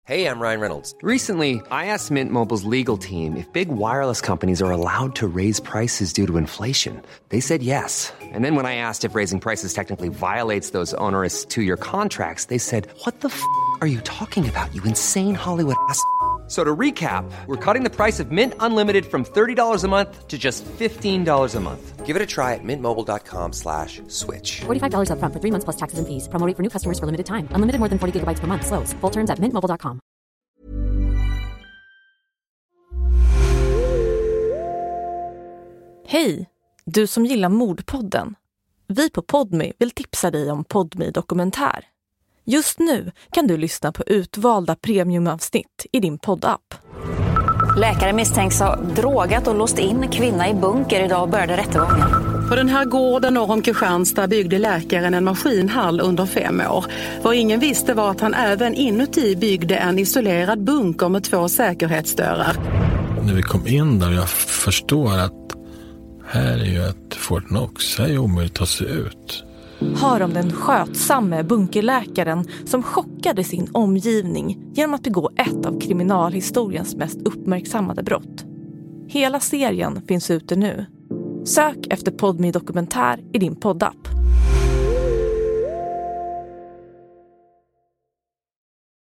Hey, I'm Ryan Reynolds. Recently, I asked Mint Mobile's legal team if big wireless companies are allowed to raise prices due to inflation. They said yes. And then when I asked if raising prices technically violates those onerous two-year contracts, they said, "What the f*** are you talking about, you insane Hollywood ass?" So to recap, we're cutting the price of Mint Unlimited from $30 a month to just $15 a month. Give it a try at mintmobile.com/switch. $45 up front for 3 months plus taxes and fees. Promo rate for new customers for limited time. Unlimited more than 40 gigabytes per month. Slows full terms at mintmobile.com. Hej, du som gillar Mordpodden. Vi på Podme vill tipsa dig om Podme Dokumentär. Just nu kan du lyssna på utvalda premiumavsnitt i din poddapp. Läkare misstänks ha drogat och låst in kvinna i bunker. Idag började rättegången. På den här gården norr om Kristianstad byggde läkaren en maskinhall under 5 år. Vad ingen visste var att han även inuti byggde en isolerad bunker med 2 säkerhetsdörrar. När vi kom in där, jag förstår att här är ju ett Fort Knox. Här är omöjligt att ta sig ut. Hör om den skötsamme bunkerläkaren som chockade sin omgivning genom att begå ett av kriminalhistoriens mest uppmärksammade brott. Hela serien finns ute nu. Sök efter Podme Dokumentär i din poddapp.